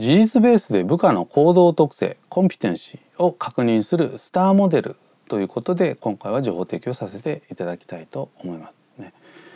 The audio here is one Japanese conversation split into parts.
事実ベースで部下の行動特性コンピテンシーを確認するスターモデルということで、今回は情報提供させていただきたいと思いますね。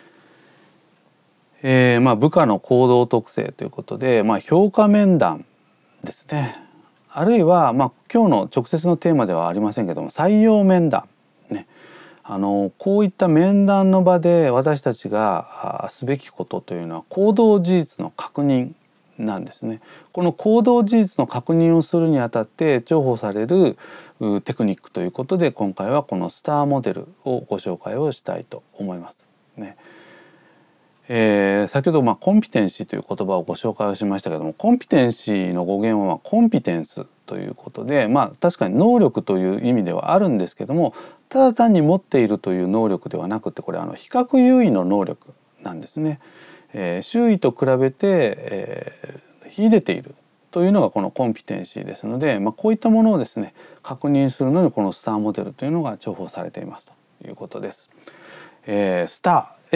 部下の行動特性ということで、評価面談ですね。あるいは、今日の直接のテーマではありませんけども、採用面談ね。こういった面談の場で私たちがすべきことというのは行動事実の確認なんですね。この行動事実の確認をするにあたって重宝されるテクニックということで、今回はこのスターモデルをご紹介をしたいと思いますね。先ほどコンピテンシーという言葉をご紹介をしましたけども、コンピテンシーの語源はコンピテンスということで、確かに能力という意味ではあるんですけども、ただ単に持っているという能力ではなくて、これ比較優位の能力なんですね。周囲と比べて、秀でているというのがこのコンピテンシーですので、こういったものをですね確認するのにこのスターモデルというのが重宝されていますということです。スター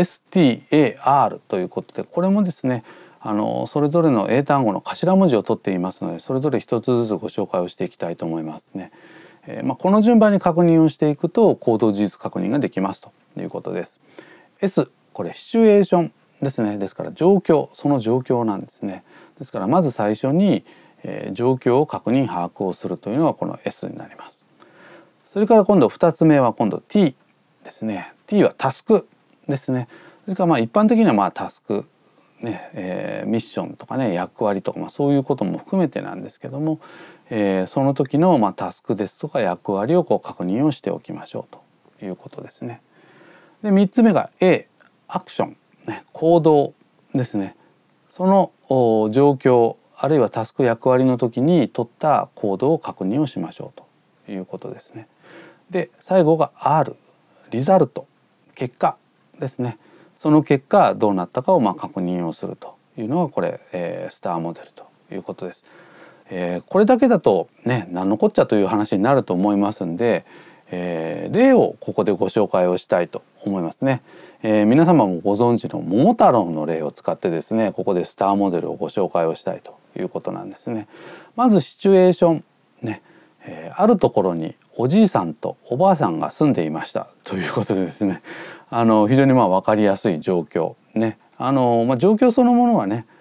STAR ということで、これもですねそれぞれの英単語の頭文字を取っていますので、それぞれ一つずつご紹介をしていきたいと思いますね。この順番に確認をしていくと行動事実確認ができますということです。S、これシチュエーションですね。ですから状況、その状況なんですね。ですからまず最初に、状況を確認把握をするというのがこの S になります。それから今度2つ目は今度 T ですね。T はタスクですね。それから一般的にはタスクね、ミッションとかね役割とか、そういうことも含めてなんですけども、その時のタスクですとか役割を確認をしておきましょうということですね。で3つ目が A、アクション、行動ですね。その状況あるいはタスク役割の時に取った行動を確認をしましょうということですね。で最後が R、リザルト、結果ですね。その結果どうなったかを確認をするというのがこれ、スターモデルということです。これだけだとね何のこっちゃという話になると思いますんで、例をここでご紹介をしたいと思いますね。皆様もご存知の桃太郎の例を使ってですね、ここでスターモデルをご紹介をしたいということなんですね。まずシチュエーションね、あるところにおじいさんとおばあさんが住んでいましたということでですね、非常に分かりやすい状況ね、状況そのものはね、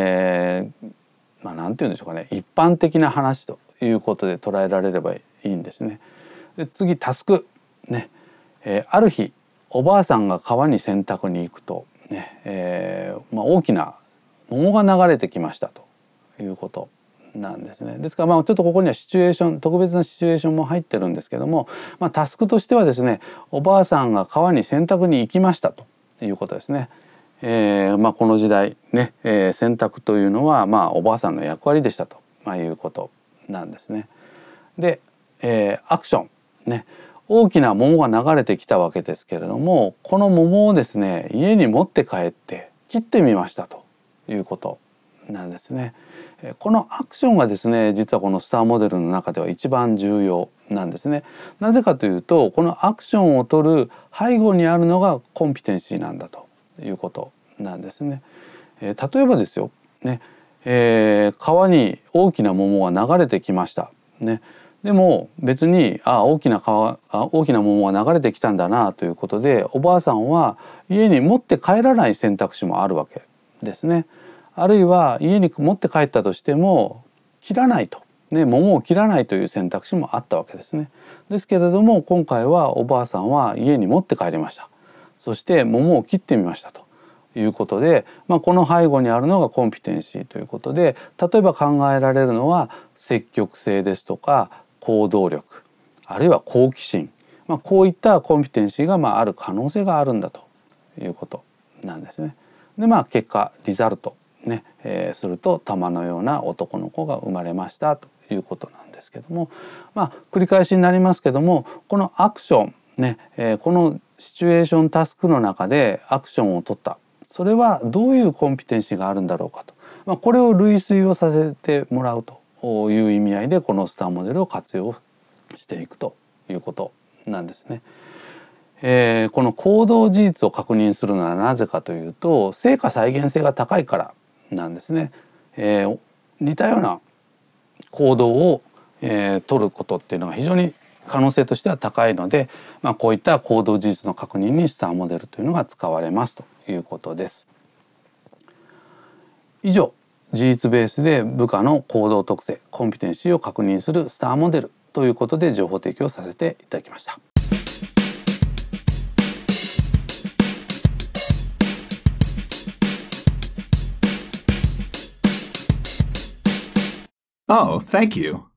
なんて言うんでしょうかね、一般的な話ということで捉えられればいいんですね。で次タスクね、ある日おばあさんが川に洗濯に行くとね、大きな桃が流れてきましたということなんですね。ですからちょっとここにはシチュエーション、特別なシチュエーションも入ってるんですけども、タスクとしてはですね、おばあさんが川に洗濯に行きましたということですね。この時代ね、洗濯というのはおばあさんの役割でしたと、いうことなんですね。で、アクションね、大きな桃が流れてきたわけですけれども、この桃をですね家に持って帰って切ってみましたということなんですね。このアクションがですね実はこのスターモデルの中では一番重要なんですね。なぜかというと、このアクションを取る背後にあるのがコンピテンシーなんだということなんですね。例えばですよね、川に大きな桃が流れてきましたね。でも別に大きな桃が流れてきたんだなということで、おばあさんは家に持って帰らない選択肢もあるわけですね。あるいは家に持って帰ったとしても切らないと、桃を切らないという選択肢もあったわけですね。ですけれども今回はおばあさんは家に持って帰りました。そして桃を切ってみましたということで、この背後にあるのがコンピテンシーということで、例えば考えられるのは積極性ですとか行動力、あるいは好奇心、こういったコンピテンシーがある可能性があるんだということなんですね。で結果リザルトね、すると玉のような男の子が生まれましたということなんですけども、繰り返しになりますけども、このアクションね、このシチュエーションタスクの中でアクションを取った、それはどういうコンピテンシーがあるんだろうかと、これを類推をさせてもらうという意味合いでこのスターモデルを活用していくということなんですね。この行動事実を確認するのはなぜかというと、成果再現性が高いからなんですね。 似たような行動を、取ることっていうのが非常に可能性としては高いので、こういった行動事実の確認にスターモデルというのが使われますということです。以上、事実ベースで部下の行動特性コンピテンシーを確認するスターモデルということで情報提供させていただきました。 Oh, thank you.